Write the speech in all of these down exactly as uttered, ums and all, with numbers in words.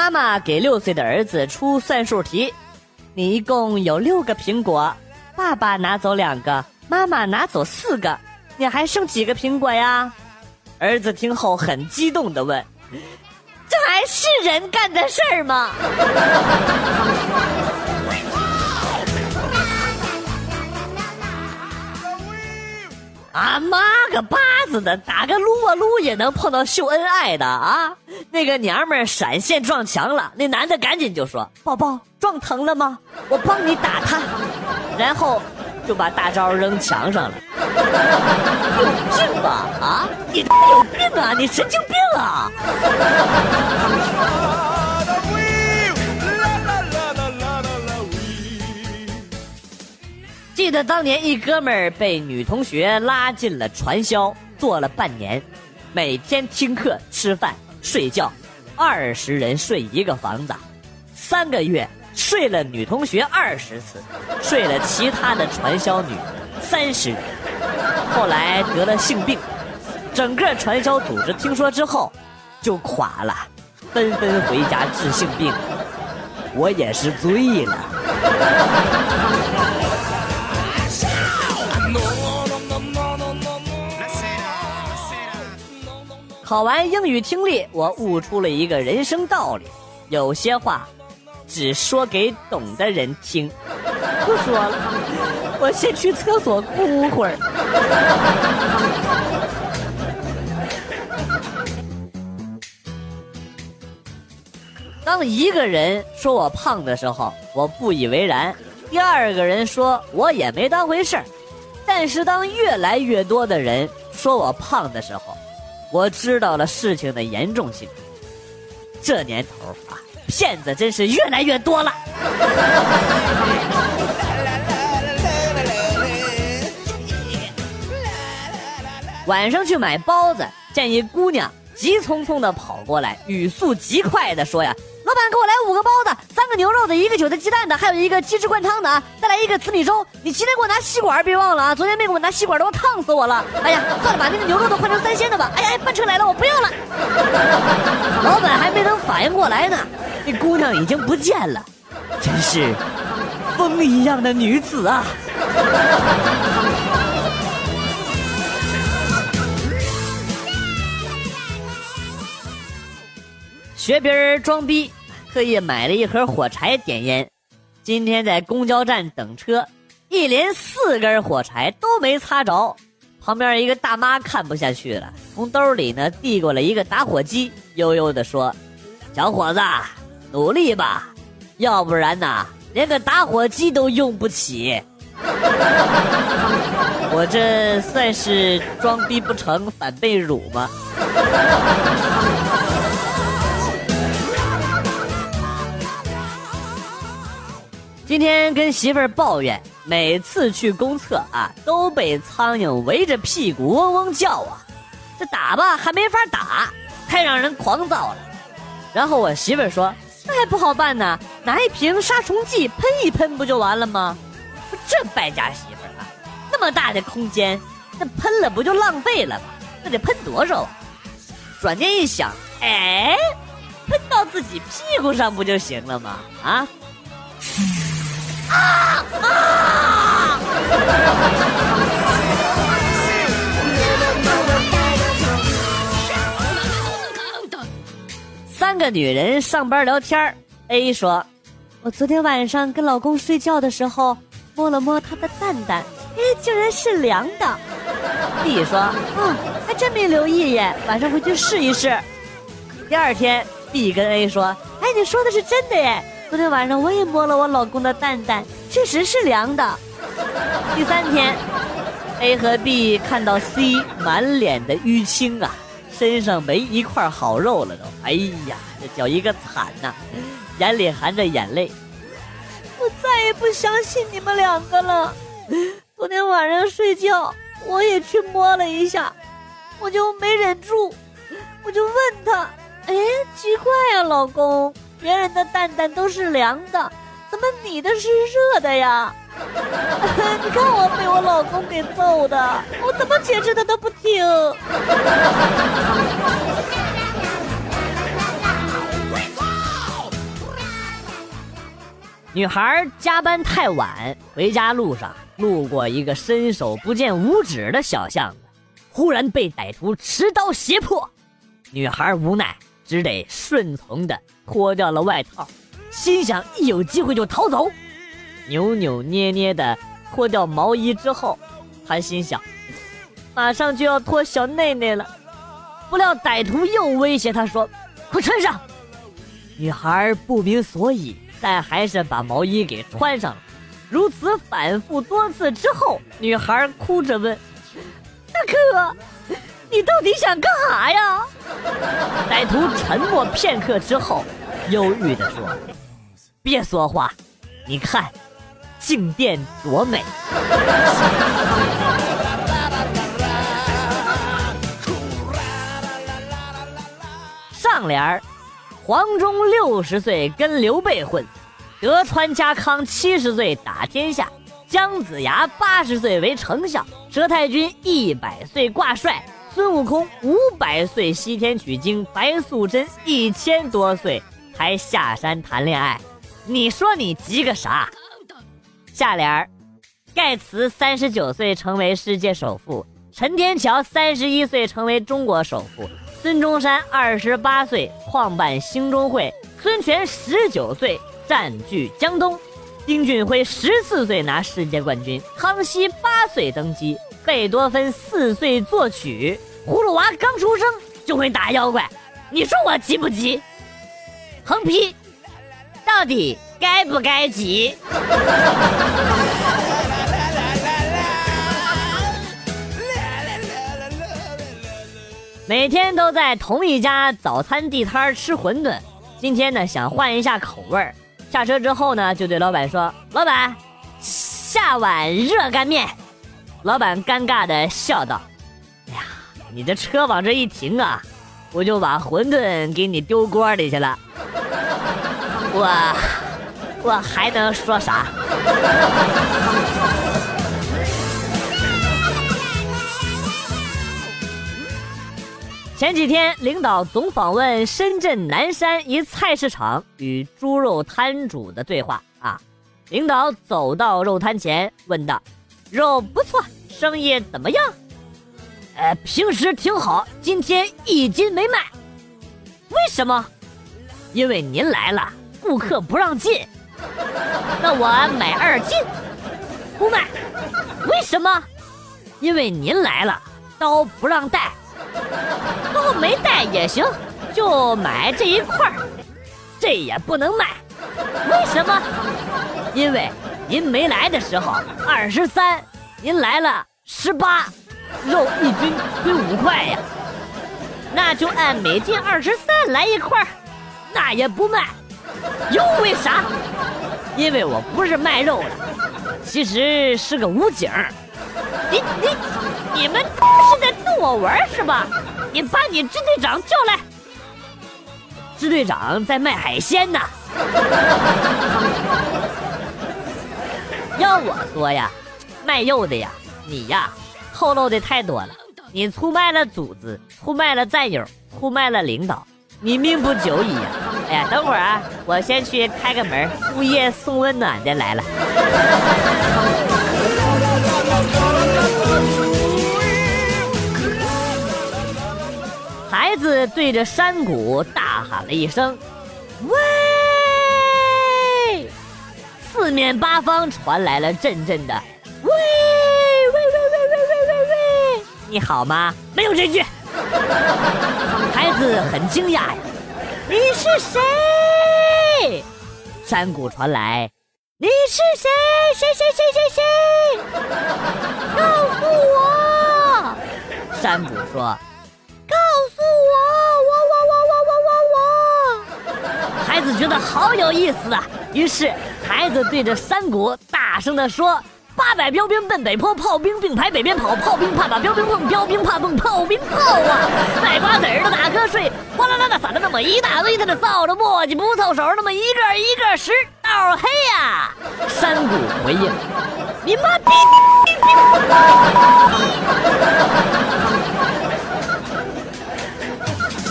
妈妈给六岁的儿子出算术题，你一共有六个苹果，爸爸拿走两个，妈妈拿走四个，你还剩几个苹果呀？儿子听后很激动地问，这还是人干的事儿吗？啊妈个巴子的，打个撸啊撸也能碰到秀恩爱的啊！那个娘们儿闪现撞墙了，那男的赶紧就说，宝宝撞疼了吗？我帮你打他，然后就把大招扔墙上了。有病吧啊！你有病啊！你神经病啊！记得当年一哥们儿被女同学拉进了传销，做了半年，每天听课、吃饭、睡觉，二十人睡一个房子，三个月睡了女同学二十次，睡了其他的传销女三十人。后来得了性病，整个传销组织听说之后就垮了，纷纷回家治性病。我也是醉了。考完英语听力，我悟出了一个人生道理，有些话只说给懂的人听。不说了，我先去厕所哭会儿。当一个人说我胖的时候，我不以为然，第二个人说我也没当回事儿，但是当越来越多的人说我胖的时候，我知道了事情的严重性。这年头啊，骗子真是越来越多了。晚上去买包子，见一姑娘急匆匆地跑过来，语速极快地说呀，老板给我来五个包子，三个牛肉的，一个韭菜鸡蛋的，还有一个鸡汁灌汤的啊，再来一个紫米粥。你今天给我拿吸管别忘了啊，昨天没给我拿吸管的，我烫死我了。哎呀，算了，把那个牛肉都换成三鲜的吧。哎呀，班车来了，我不要了。老板还没能反应过来呢，那姑娘已经不见了，真是风一样的女子啊。学别人装逼，特意买了一盒火柴点烟。今天在公交站等车，一连四根火柴都没擦着。旁边一个大妈看不下去了，从兜里呢递过来一个打火机，悠悠地说，小伙子努力吧，要不然呐连个打火机都用不起。我这算是装逼不成反被辱吗？今天跟媳妇儿抱怨，每次去公厕啊都被苍蝇围着屁股嗡嗡叫啊，这打吧还没法打，太让人狂躁了。然后我媳妇儿说，那还不好办呢，拿一瓶杀虫剂喷一喷不就完了吗？这败家媳妇儿啊，那么大的空间，那喷了不就浪费了吗？那得喷多少啊？转念一想，哎，喷到自己屁股上不就行了吗？啊啊啊！三个女人上班聊天 A 说，我昨天晚上跟老公睡觉的时候摸了摸他的蛋蛋，哎，竟然是凉的。B 说，嗯，还真没留意耶，晚上回去试一试。第二天 B 跟 A 说，哎，你说的是真的耶，昨天晚上我也摸了我老公的蛋蛋，确实是凉的。第三天 A 和 B 看到 C 满脸的淤青啊，身上没一块好肉了都，哎呀，这叫一个惨呐、啊，眼里含着眼泪。我再也不相信你们两个了。昨天晚上睡觉我也去摸了一下，我就没忍住，我就问他，哎，奇怪呀，老公，别人的蛋蛋都是凉的，怎么你的是热的呀？你看我被我老公给揍的，我怎么解释他都不听。 女孩加班太晚，回家路上路过一个伸手不见五指的小巷子，忽然被歹徒持刀胁迫，女孩无奈只得顺从的脱掉了外套，心想一有机会就逃走。扭扭捏捏的脱掉毛衣之后，她心想马上就要脱小内内了，不料歹徒又威胁她说快穿上。女孩不明所以，但还是把毛衣给穿上了。如此反复多次之后，女孩哭着问大哥你到底想干啥呀？歹徒沉默片刻之后忧郁地说别说话，你看静电多美。上联黄忠六十岁跟刘备混，德川家康七十岁打天下，姜子牙八十岁为丞相，佘太君一百岁挂帅，孙悟空五百岁西天取经，白素贞一千多岁还下山谈恋爱。你说你急个啥？下联盖茨三十九岁成为世界首富，陈天桥三十一岁成为中国首富，孙中山二十八岁创办兴中会，孙权十九岁占据江东，丁俊晖十四岁拿世界冠军，康熙八岁登基，贝多芬四岁作曲，葫芦娃刚出生就会打妖怪。你说我急不急？横批到底该不该急？每天都在同一家早餐地摊吃馄饨，今天呢想换一下口味儿。下车之后呢就对老板说老板下碗热干面。老板尴尬的笑道哎呀你这车往这一停啊，我就把馄饨给你丢锅里去了。我我还能说啥？前几天领导总访问深圳南山一菜市场与猪肉摊主的对话啊，领导走到肉摊前问道肉不错，生意怎么样？呃，平时挺好，今天一斤没卖。为什么？因为您来了，顾客不让进。那我买二斤。不卖。为什么？因为您来了，刀不让带。刀没带也行，就买这一块，这也不能卖。为什么？因为您没来的时候二十三，您来了十八，肉一斤亏五块呀。那就按每斤二十三来一块，那也不卖。又为啥？因为我不是卖肉的，其实是个武警。你你你们是在逗我玩是吧？你把你支队长叫来。支队长在卖海鲜呢。要我说呀，卖肉的呀，你呀透露的太多了。你出卖了组织，出卖了战友，出卖了领导，你命不久矣呀！哎呀，等会儿啊，我先去开个门，物业送温暖的来了。孩子对着山谷大喊了一声喂，四面八方传来了阵阵的喂喂喂喂喂喂喂喂，你好吗？没有这句。孩子很惊讶呀，你是谁？山谷传来你是谁谁谁谁谁谁，告诉我。山谷说告诉我我我我我我我我。孩子觉得好有意思啊，于是孩子对着山谷大声地说八百标兵奔北坡，炮兵并排北边跑，炮兵怕把标兵碰，标兵怕碰炮兵炮啊！卖瓜子儿的大瞌睡，哗啦啦的撒了那么一大堆，他的扫帚簸箕不凑手，那么一个一个石道黑呀、啊！山谷回应：你妈逼！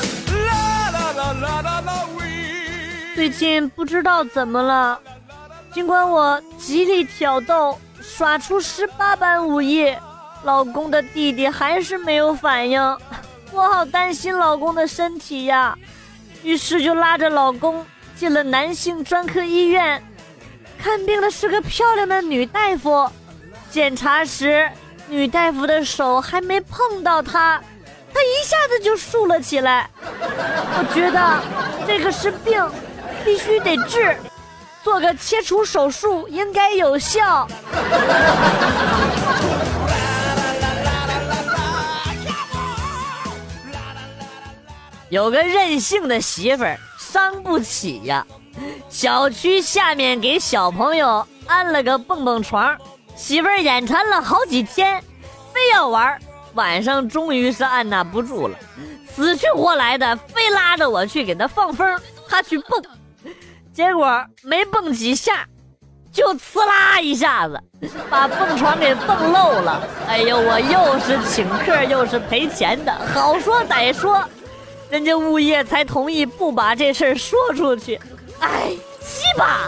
最近不知道怎么了， 尽管我极力挑逗，耍出十八般武艺，老公的弟弟还是没有反应，我好担心老公的身体呀，于是就拉着老公进了男性专科医院。看病的是个漂亮的女大夫，检查时女大夫的手还没碰到他，他一下子就竖了起来。我觉得这个是病，必须得治，做个切除手术应该有效。有个任性的媳妇儿伤不起呀，小区下面给小朋友安了个蹦蹦床，媳妇儿眼馋了好几天，非要玩，晚上终于是按捺不住了，死去活来的非拉着我去给他放风，他去蹦，结果没蹦几下就呲啦一下子把蹦床给蹦漏了。哎呦，我又是请客又是赔钱的，好说歹说，人家物业才同意不把这事儿说出去。哎，鸡巴！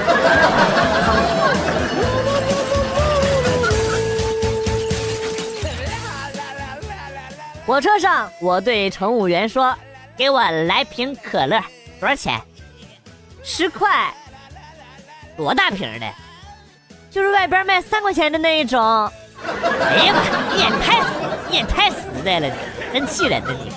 火车上，我对乘务员说：“给我来瓶可乐，多少钱？”十块。多大瓶的？就是外边卖三块钱的那一种。哎呀妈，你也太你也太实在了，你真气人的你。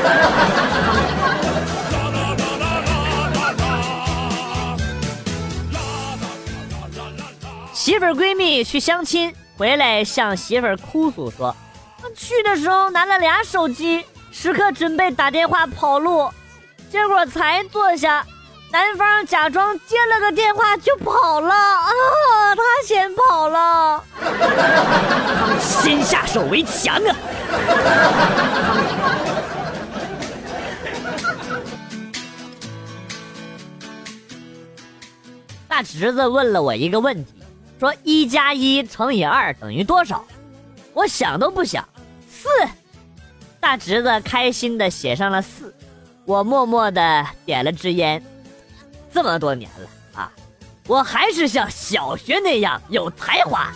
媳妇儿闺蜜去相亲回来，向媳妇儿哭诉说，去的时候拿了俩手机，时刻准备打电话跑路，结果才坐下，男方假装接了个电话就跑了啊！他先跑了，先下手为强啊！大侄子问了我一个问题，说一加一乘以二等于多少？我想都不想，四。大侄子开心地写上了四，我默默地点了支烟。这么多年了啊，我还是像小学那样有才华。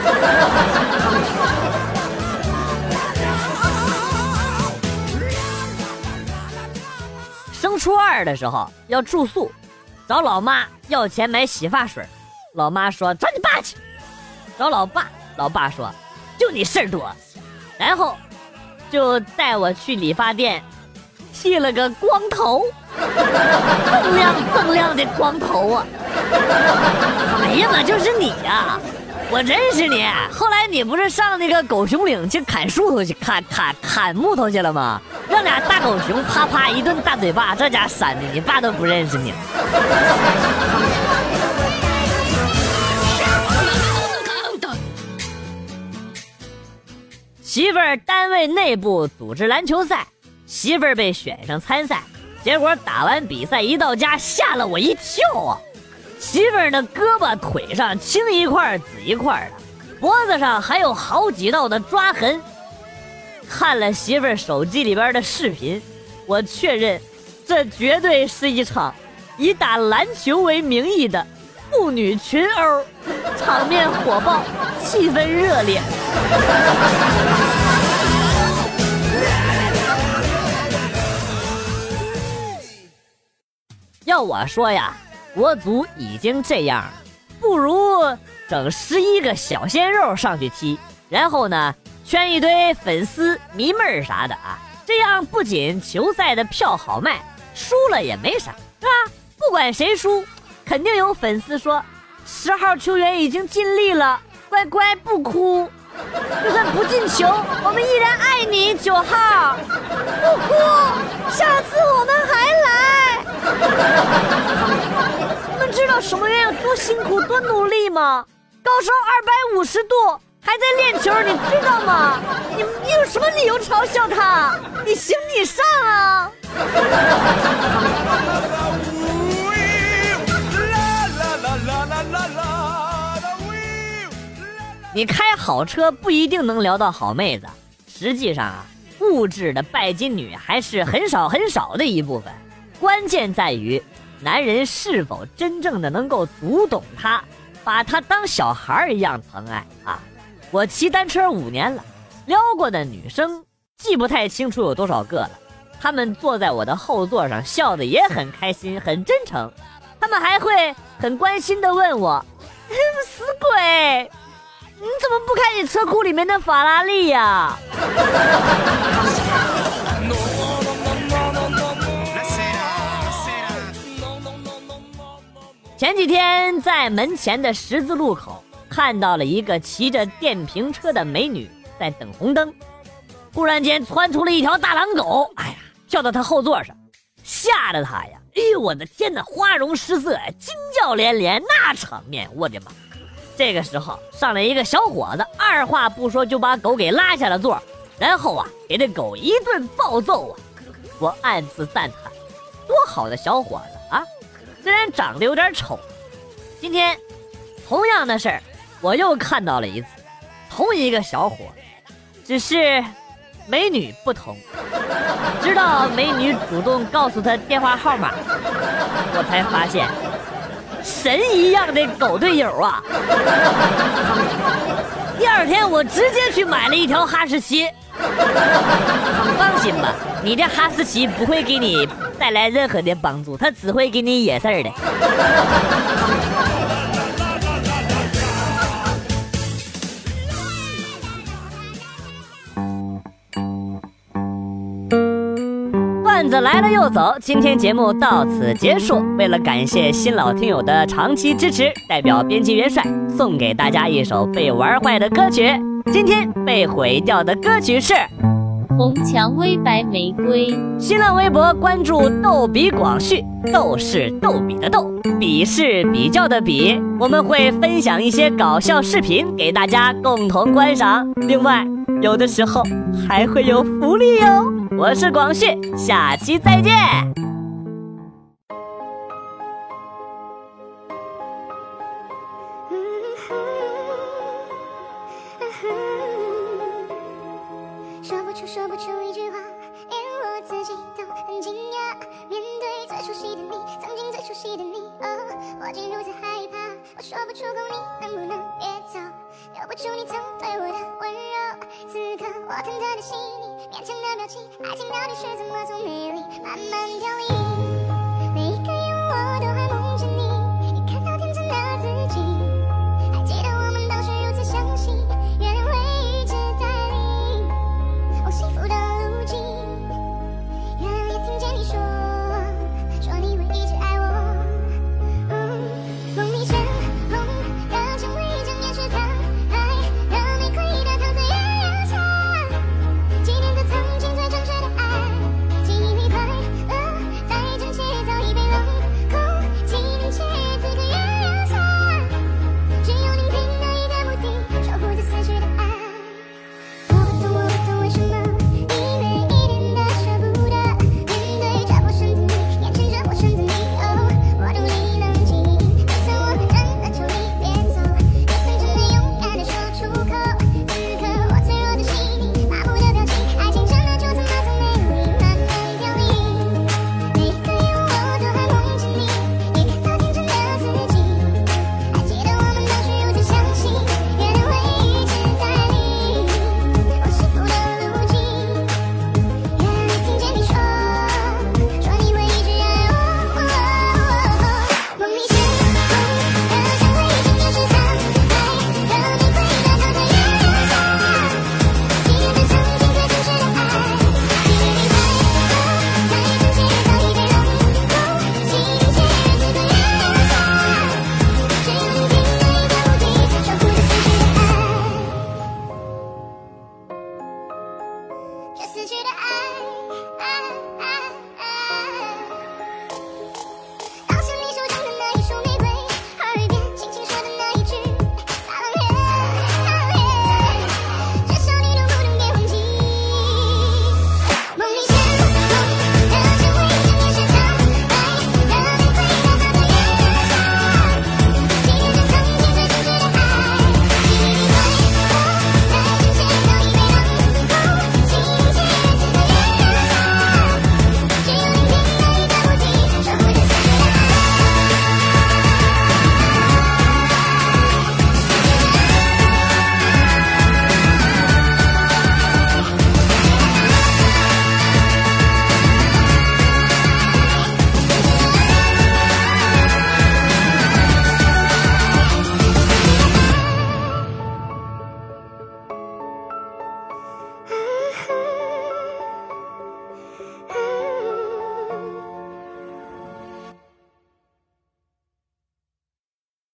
升初二的时候要住宿，找老妈要钱买洗发水，老妈说找你爸去。找老爸，老爸说就你事儿多，然后就带我去理发店剃了个光头，锃亮锃亮的光头啊！哎呀妈，就是你呀！我认识你，后来你不是上那个狗熊岭去砍树头去砍砍砍木头去了吗？让俩大狗熊啪啪一顿大嘴巴，这家闪的你爸都不认识你了。媳妇儿单位内部组织篮球赛，媳妇儿被选上参赛，结果打完比赛一到家吓了我一跳啊！媳妇儿的胳膊腿上青一块紫一块的，脖子上还有好几道的抓痕。看了媳妇儿手机里边的视频，我确认这绝对是一场以打篮球为名义的妇女群殴，场面火爆，气氛热烈。要我说呀，国足已经这样了，不如整十一个小鲜肉上去踢，然后呢圈一堆粉丝迷妹儿啥的啊，这样不仅球赛的票好卖，输了也没啥，是吧？不管谁输，肯定有粉丝说十号球员已经尽力了，乖乖不哭，就算不进球，我们依然爱你。九号，不哭，下次我们还来。你们知道守门员有多辛苦、多努力吗？高烧二百五十度。还在练球，你知道吗？你你有什么理由嘲笑他？你行你上啊！你开好车不一定能聊到好妹子，实际上啊，物质的拜金女还是很少很少的一部分。关键在于男人是否真正的能够读懂她，把她当小孩一样疼爱啊。我骑单车五年了，撩过的女生记不太清楚有多少个了，她们坐在我的后座上笑得也很开心很真诚，她们还会很关心地问我，死鬼，你怎么不开你车库里面的法拉利呀？前几天在门前的十字路口看到了一个骑着电瓶车的美女在等红灯，忽然间窜出了一条大狼狗，哎呀，跳到她后座上，吓得她呀，哎呦我的天哪，花容失色，惊叫连连，那场面我的妈！这个时候上来一个小伙子，二话不说就把狗给拉下了座，然后啊给这狗一顿暴揍啊！我暗自赞叹，多好的小伙子啊！虽然长得有点丑，今天同样的事儿我又看到了一次，同一个小伙，只是美女不同。直到美女主动告诉他电话号码，我才发现神一样的狗队友啊！第二天我直接去买了一条哈士奇。放心吧，你这哈士奇不会给你带来任何的帮助，它只会给你惹事儿的。段子来了又走，今天节目到此结束。为了感谢新老听友的长期支持，代表编辑元帅送给大家一首被玩坏的歌曲。今天被毁掉的歌曲是红蔷薇白玫瑰。 新浪微博关注逗比广旭，逗是逗比的逗，比是比较的比，我们会分享一些搞笑视频给大家共同观赏，另外有的时候还会有福利哟。我是广旭，下期再见。 说不出说不出一句话，连我自己都很惊讶。面对最熟悉的你，曾经最熟悉的你，哦，我竟如此害怕。我说不出口，你能不能别走？留不住你曾对我的温柔。此刻我忐忑的心里，勉强的表情，爱情到底是怎么从美丽慢慢凋零？每一个夜晚我都还